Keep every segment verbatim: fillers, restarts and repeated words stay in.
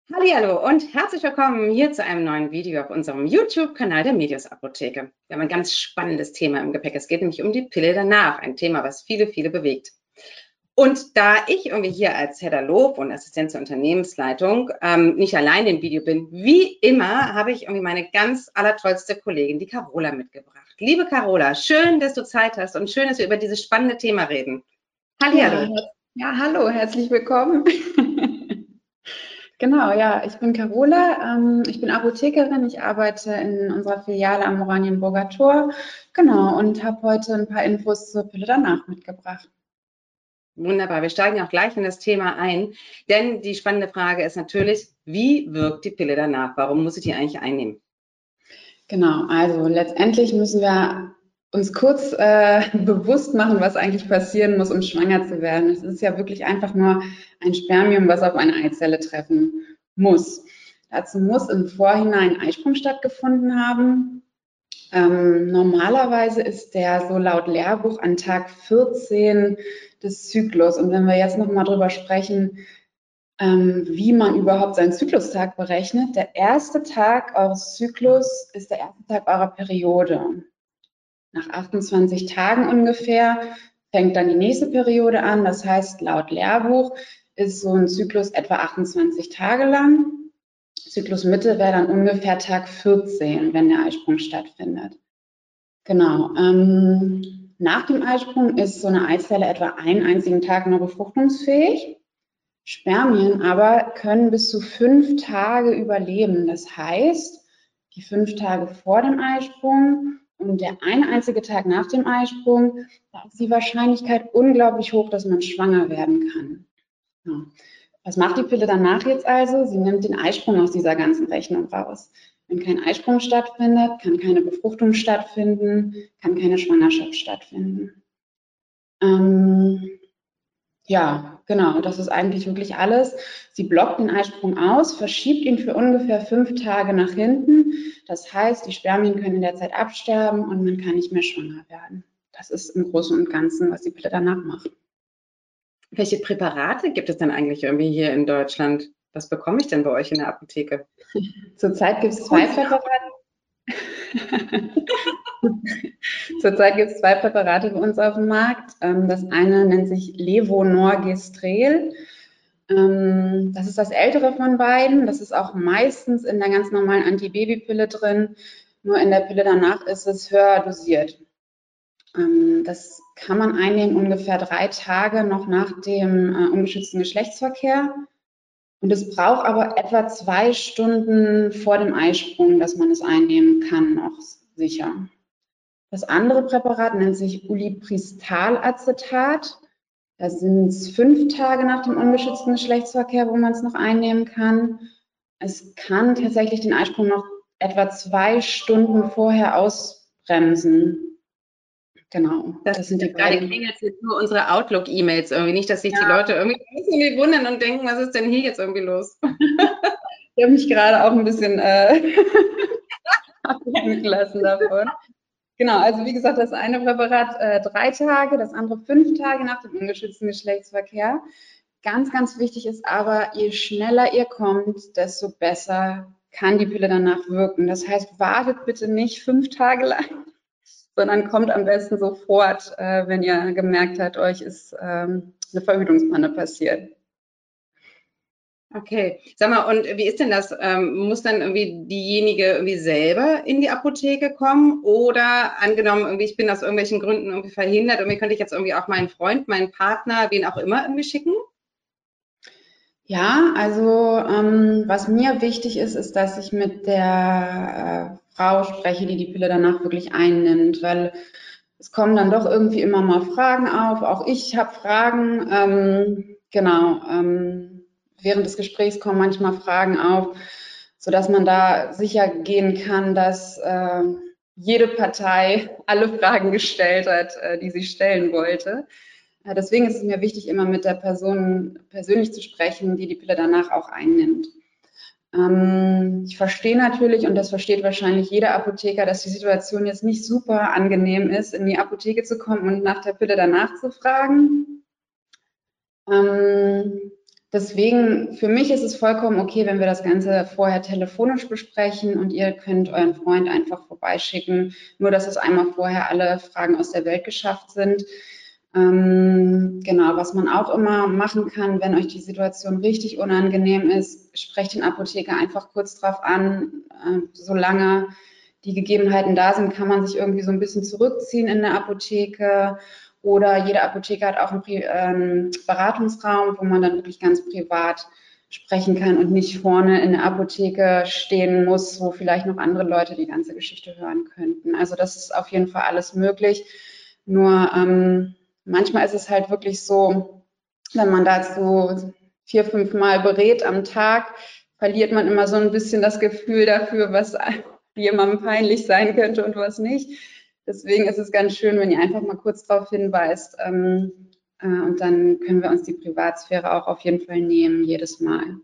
Hallihallo und herzlich willkommen hier zu einem neuen Video auf unserem YouTube-Kanal der Medios Apotheke. Wir haben ein ganz spannendes Thema im Gepäck. Es geht nämlich um die Pille danach, ein Thema, was viele, viele bewegt. Und da ich irgendwie hier als Hedda Lob und Assistent zur Unternehmensleitung ähm, nicht allein im Video bin, wie immer habe ich irgendwie meine ganz allertollste Kollegin, die Carola, mitgebracht. Liebe Carola, schön, dass du Zeit hast und schön, dass wir über dieses spannende Thema reden. Ja, Hallihallo. ja, hallo, herzlich willkommen. Genau, ja, ich bin Carola, ähm, ich bin Apothekerin, ich arbeite in unserer Filiale am Oranienburger Tor, genau, und habe heute ein paar Infos zur Pille danach mitgebracht. Wunderbar, wir steigen auch gleich in das Thema ein, denn die spannende Frage ist natürlich, wie wirkt die Pille danach? Warum muss ich die eigentlich einnehmen? Genau, also letztendlich müssen wir uns kurz äh, bewusst machen, was eigentlich passieren muss, um schwanger zu werden. Es ist ja wirklich einfach nur ein Spermium, was auf eine Eizelle treffen muss. Dazu muss im Vorhinein Eisprung stattgefunden haben. Ähm, normalerweise ist der so laut Lehrbuch an Tag vierzehn des Zyklus. Und wenn wir jetzt nochmal drüber sprechen, ähm, wie man überhaupt seinen Zyklustag berechnet, der erste Tag eures Zyklus ist der erste Tag eurer Periode. Nach achtundzwanzig Tagen ungefähr fängt dann die nächste Periode an. Das heißt, laut Lehrbuch ist so ein Zyklus etwa achtundzwanzig Tage lang. Zyklusmitte wäre dann ungefähr Tag vierzehn, wenn der Eisprung stattfindet. Genau. Ähm, nach dem Eisprung ist so eine Eizelle etwa einen einzigen Tag noch befruchtungsfähig. Spermien aber können bis zu fünf Tage überleben. Das heißt, die fünf Tage vor dem Eisprung und der eine einzige Tag nach dem Eisprung, da ist die Wahrscheinlichkeit unglaublich hoch, dass man schwanger werden kann. Ja. Was macht die Pille danach jetzt also? Sie nimmt den Eisprung aus dieser ganzen Rechnung raus. Wenn kein Eisprung stattfindet, kann keine Befruchtung stattfinden, kann keine Schwangerschaft stattfinden. Ähm, ja, genau, das ist eigentlich wirklich alles. Sie blockt den Eisprung aus, verschiebt ihn für ungefähr fünf Tage nach hinten. Das heißt, die Spermien können in der Zeit absterben und man kann nicht mehr schwanger werden. Das ist im Großen und Ganzen, was die Pille danach macht. Welche Präparate gibt es denn eigentlich irgendwie hier in Deutschland? Was bekomme ich denn bei euch in der Apotheke? Zurzeit gibt es zwei Präparate. Zurzeit gibt es zwei Präparate bei uns auf dem Markt. Das eine nennt sich Levonorgestrel. Das ist das ältere von beiden. Das ist auch meistens in der ganz normalen Antibabypille drin. Nur in der Pille danach ist es höher dosiert. Das kann man einnehmen ungefähr drei Tage noch nach dem ungeschützten Geschlechtsverkehr. Und es braucht aber etwa zwei Stunden vor dem Eisprung, dass man es einnehmen kann, noch sicher. Das andere Präparat nennt sich Ulipristalacetat. Da sind es fünf Tage nach dem ungeschützten Geschlechtsverkehr, wo man es noch einnehmen kann. Es kann tatsächlich den Eisprung noch etwa zwei Stunden vorher ausbremsen. Genau, Das, das sind die gerade beiden. klingelt jetzt nur unsere Outlook-E-Mails irgendwie nicht, dass sich die Ja, Leute irgendwie, irgendwie wundern und denken, was ist denn hier jetzt irgendwie los? ich habe mich gerade auch ein bisschen äh, ablenken lassen davon. Genau, also wie gesagt, das eine Präparat äh, drei Tage, das andere fünf Tage nach dem ungeschützten Geschlechtsverkehr. Ganz, ganz wichtig ist aber, je schneller ihr kommt, desto besser kann die Pille danach wirken. Das heißt, wartet bitte nicht fünf Tage lang, sondern kommt am besten sofort, äh, wenn ihr gemerkt habt, euch ist ähm, eine Verhütungspanne passiert. Okay, sag mal, und wie ist denn das? Ähm, muss dann irgendwie diejenige irgendwie selber in die Apotheke kommen oder angenommen, irgendwie ich bin aus irgendwelchen Gründen irgendwie verhindert, irgendwie könnte ich jetzt irgendwie auch meinen Freund, meinen Partner, wen auch immer irgendwie schicken? Ja, also ähm, was mir wichtig ist, ist, dass ich mit der äh, Frau spreche, die die Pille danach wirklich einnimmt, weil es kommen dann doch irgendwie immer mal Fragen auf. Auch ich habe Fragen. Ähm, genau. Ähm, während des Gesprächs kommen manchmal Fragen auf, sodass man da sicher gehen kann, dass äh, jede Partei alle Fragen gestellt hat, äh, die sie stellen wollte. Äh, deswegen ist es mir wichtig, immer mit der Person persönlich zu sprechen, die die Pille danach auch einnimmt. Ähm, ich verstehe natürlich, und das versteht wahrscheinlich jeder Apotheker, dass die Situation jetzt nicht super angenehm ist, in die Apotheke zu kommen und nach der Pille danach zu fragen. Ähm, Deswegen, für mich ist es vollkommen okay, wenn wir das Ganze vorher telefonisch besprechen und ihr könnt euren Freund einfach vorbeischicken, nur dass es einmal vorher alle Fragen aus der Welt geschafft sind. Ähm, genau, was man auch immer machen kann, wenn euch die Situation richtig unangenehm ist, sprecht den Apotheker einfach kurz drauf an. Äh, solange die Gegebenheiten da sind, kann man sich irgendwie so ein bisschen zurückziehen in der Apotheke. Oder jede Apotheke hat auch einen ähm, Beratungsraum, wo man dann wirklich ganz privat sprechen kann und nicht vorne in der Apotheke stehen muss, wo vielleicht noch andere Leute die ganze Geschichte hören könnten. Also das ist auf jeden Fall alles möglich. Nur ähm, manchmal ist es halt wirklich so, wenn man dazu vier, fünf Mal berät am Tag, verliert man immer so ein bisschen das Gefühl dafür, was jemandem peinlich sein könnte und was nicht. Deswegen ist es ganz schön, wenn ihr einfach mal kurz darauf hinweist, ähm, äh, und dann können wir uns die Privatsphäre auch auf jeden Fall nehmen, jedes Mal.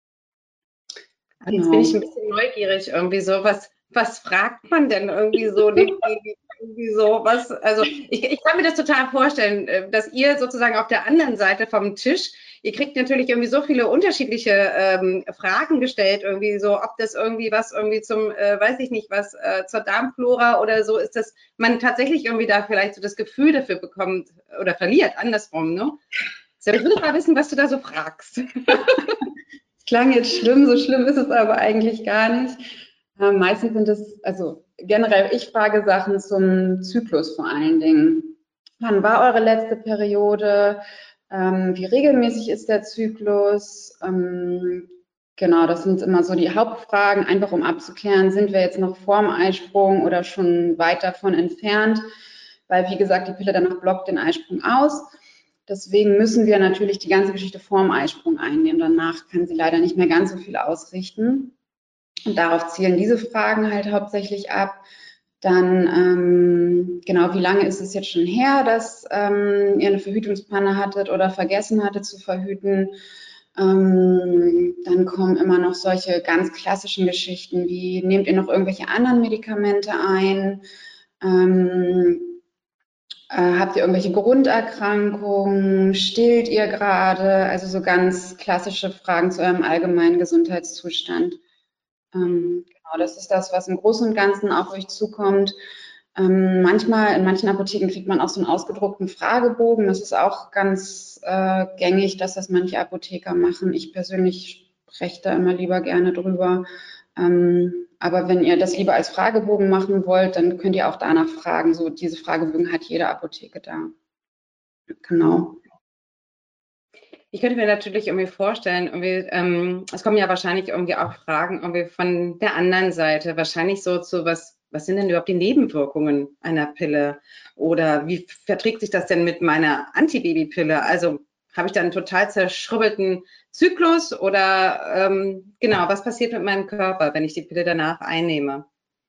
Genau. Jetzt bin ich ein bisschen neugierig irgendwie so, was, was fragt man denn irgendwie so, die, die, irgendwie so, was, also ich, ich kann mir das total vorstellen, dass ihr sozusagen auf der anderen Seite vom Tisch, ihr kriegt natürlich irgendwie so viele unterschiedliche ähm, Fragen gestellt, irgendwie so, ob das irgendwie was irgendwie zum, äh, weiß ich nicht, was äh, zur Darmflora oder so ist, dass man tatsächlich irgendwie da vielleicht so das Gefühl dafür bekommt oder verliert, andersrum, ne? So, ich würde mal wissen, was du da so fragst. Klang jetzt schlimm, so schlimm ist es aber eigentlich gar nicht. Äh, meistens sind es, also generell, ich frage Sachen zum Zyklus vor allen Dingen. Wann war eure letzte Periode? Ähm, wie regelmäßig ist der Zyklus? Ähm, genau, das sind immer so die Hauptfragen, einfach um abzuklären, sind wir jetzt noch vorm Eisprung oder schon weit davon entfernt? Weil, wie gesagt, die Pille danach blockt den Eisprung aus. Deswegen müssen wir natürlich die ganze Geschichte vorm Eisprung einnehmen. Danach kann sie leider nicht mehr ganz so viel ausrichten. Und darauf zielen diese Fragen halt hauptsächlich ab. Dann, ähm, genau, wie lange ist es jetzt schon her, dass ähm, ihr eine Verhütungspanne hattet oder vergessen hattet zu verhüten? Ähm, dann kommen immer noch solche ganz klassischen Geschichten wie, nehmt ihr noch irgendwelche anderen Medikamente ein? Ähm, äh, habt ihr irgendwelche Grunderkrankungen? Stillt ihr gerade? Also so ganz klassische Fragen zu eurem allgemeinen Gesundheitszustand. Ähm, genau, das ist das, was im Großen und Ganzen auf euch zukommt. Ähm, manchmal, in manchen Apotheken kriegt man auch so einen ausgedruckten Fragebogen. Das ist auch ganz äh, gängig, dass das manche Apotheker machen. Ich persönlich spreche da immer lieber gerne drüber. Ähm, aber wenn ihr das lieber als Fragebogen machen wollt, dann könnt ihr auch danach fragen. So, diese Fragebögen hat jede Apotheke da. Genau. Ich könnte mir natürlich irgendwie vorstellen, irgendwie, ähm, es kommen ja wahrscheinlich irgendwie auch Fragen irgendwie von der anderen Seite, wahrscheinlich so zu was, was sind denn überhaupt die Nebenwirkungen einer Pille? Oder wie verträgt sich das denn mit meiner Antibabypille? Also habe ich da einen total zerschrubbelten Zyklus oder ähm, genau, was passiert mit meinem Körper, wenn ich die Pille danach einnehme?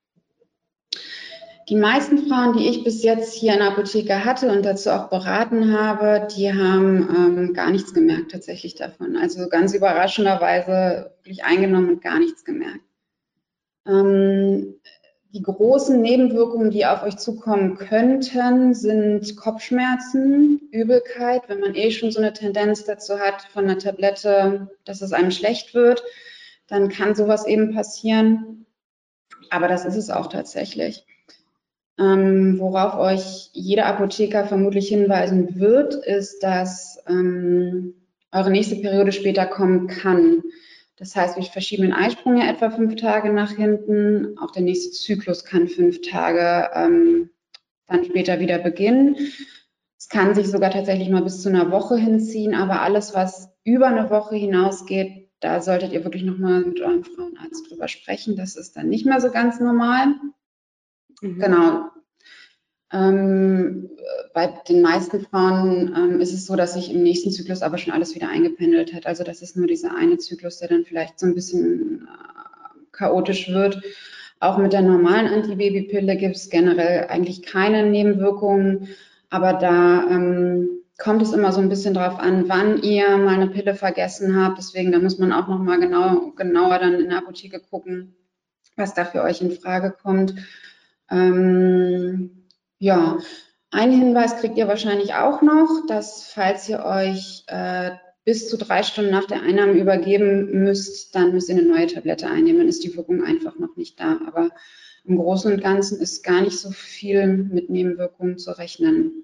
Die meisten Frauen, die ich bis jetzt hier in der Apotheke hatte und dazu auch beraten habe, die haben ähm, gar nichts gemerkt tatsächlich davon. Also ganz überraschenderweise wirklich eingenommen und gar nichts gemerkt. Ähm, die großen Nebenwirkungen, die auf euch zukommen könnten, sind Kopfschmerzen, Übelkeit, wenn man eh schon so eine Tendenz dazu hat von einer Tablette, dass es einem schlecht wird, dann kann sowas eben passieren. Aber das ist es auch tatsächlich. Ähm, worauf euch jeder Apotheker vermutlich hinweisen wird, ist, dass ähm, eure nächste Periode später kommen kann. Das heißt, wir verschieben den Eisprung ja etwa fünf Tage nach hinten. Auch der nächste Zyklus kann fünf Tage ähm, dann später wieder beginnen. Es kann sich sogar tatsächlich mal bis zu einer Woche hinziehen, aber alles, was über eine Woche hinausgeht, da solltet ihr wirklich nochmal mit eurem Frauenarzt drüber sprechen. Das ist dann nicht mehr so ganz normal. Mhm. Genau. Ähm, bei den meisten Frauen ähm, ist es so, dass sich im nächsten Zyklus aber schon alles wieder eingependelt hat. Also das ist nur dieser eine Zyklus, der dann vielleicht so ein bisschen äh, chaotisch wird. Auch mit der normalen Antibabypille gibt es generell eigentlich keine Nebenwirkungen, aber da ähm, kommt es immer so ein bisschen drauf an, wann ihr mal eine Pille vergessen habt. Deswegen, da muss man auch noch mal genau, genauer dann in der Apotheke gucken, was da für euch in Frage kommt. Ähm, ja, einen Hinweis kriegt ihr wahrscheinlich auch noch, dass falls ihr euch äh, bis zu drei Stunden nach der Einnahme übergeben müsst, dann müsst ihr eine neue Tablette einnehmen, dann ist die Wirkung einfach noch nicht da. Aber im Großen und Ganzen ist gar nicht so viel mit Nebenwirkungen zu rechnen.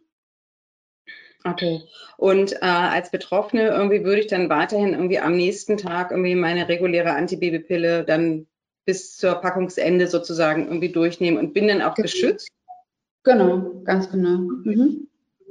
Okay. Und äh, als Betroffene irgendwie würde ich dann weiterhin irgendwie am nächsten Tag irgendwie meine reguläre Antibabypille dann bis zur Packungsende sozusagen irgendwie durchnehmen und bin dann auch Genau. geschützt? Genau, ganz genau. Mhm.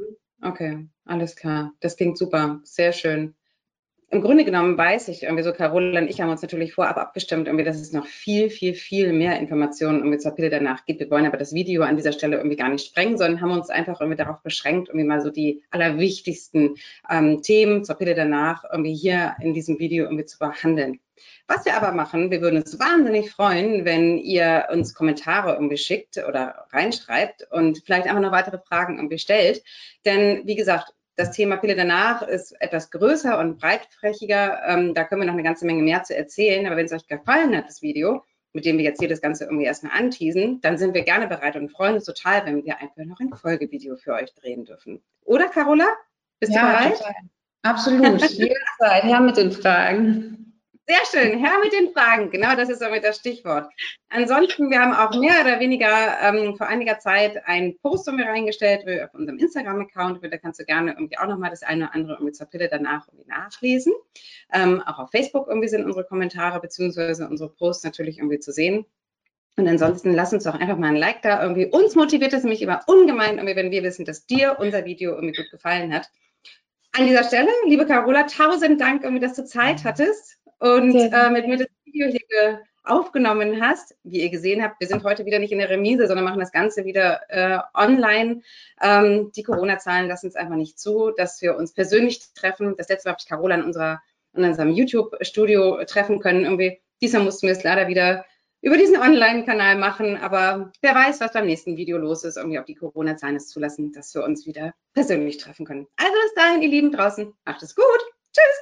Okay, alles klar. Das klingt super. Sehr schön. Im Grunde genommen weiß ich irgendwie so, Carola und ich haben uns natürlich vorab abgestimmt, irgendwie, dass es noch viel, viel, viel mehr Informationen irgendwie zur Pille danach gibt. Wir wollen aber das Video an dieser Stelle irgendwie gar nicht sprengen, sondern haben uns einfach irgendwie darauf beschränkt, irgendwie mal so die allerwichtigsten ähm, Themen zur Pille danach irgendwie hier in diesem Video irgendwie zu behandeln. Was wir aber machen, wir würden uns wahnsinnig freuen, wenn ihr uns Kommentare irgendwie schickt oder reinschreibt und vielleicht einfach noch weitere Fragen irgendwie stellt. Denn wie gesagt, das Thema Pille danach ist etwas größer und breitflächiger. Ähm, da können wir noch eine ganze Menge mehr zu erzählen. Aber wenn es euch gefallen hat, das Video, mit dem wir jetzt hier das Ganze irgendwie erstmal anteasen, dann sind wir gerne bereit und freuen uns total, wenn wir einfach noch ein Folgevideo für euch drehen dürfen. Oder, Carola? Bist Ja, du bereit? total. Absolut. Jederzeit. Her mit den Fragen. Sehr schön, her mit den Fragen. Genau, das ist damit das Stichwort. Ansonsten, wir haben auch mehr oder weniger ähm, vor einiger Zeit einen Post irgendwie reingestellt auf unserem Instagram-Account. Da kannst du gerne irgendwie auch nochmal das eine oder andere irgendwie zur Pille danach irgendwie nachlesen. Ähm, auch auf Facebook irgendwie sind unsere Kommentare beziehungsweise unsere Posts natürlich irgendwie zu sehen. Und ansonsten lass uns doch einfach mal ein Like da. Irgendwie uns motiviert es nämlich immer ungemein, irgendwie, wenn wir wissen, dass dir unser Video irgendwie gut gefallen hat. An dieser Stelle, liebe Carola, tausend Dank, irgendwie, dass du Zeit hattest und äh, mit mir das Video hier aufgenommen hast. Wie ihr gesehen habt, wir sind heute wieder nicht in der Remise, sondern machen das Ganze wieder äh, online. Ähm, die Corona-Zahlen lassen es einfach nicht zu, dass wir uns persönlich treffen. Das letzte Mal habe ich Carola in, unserer, in unserem YouTube-Studio treffen können. Irgendwie. Diesmal mussten wir es leider wieder über diesen Online-Kanal machen, aber wer weiß, was beim nächsten Video los ist, irgendwie ob die Corona-Zahlen es zulassen, dass wir uns wieder persönlich treffen können. Also bis dahin, ihr Lieben draußen, macht es gut. Tschüss.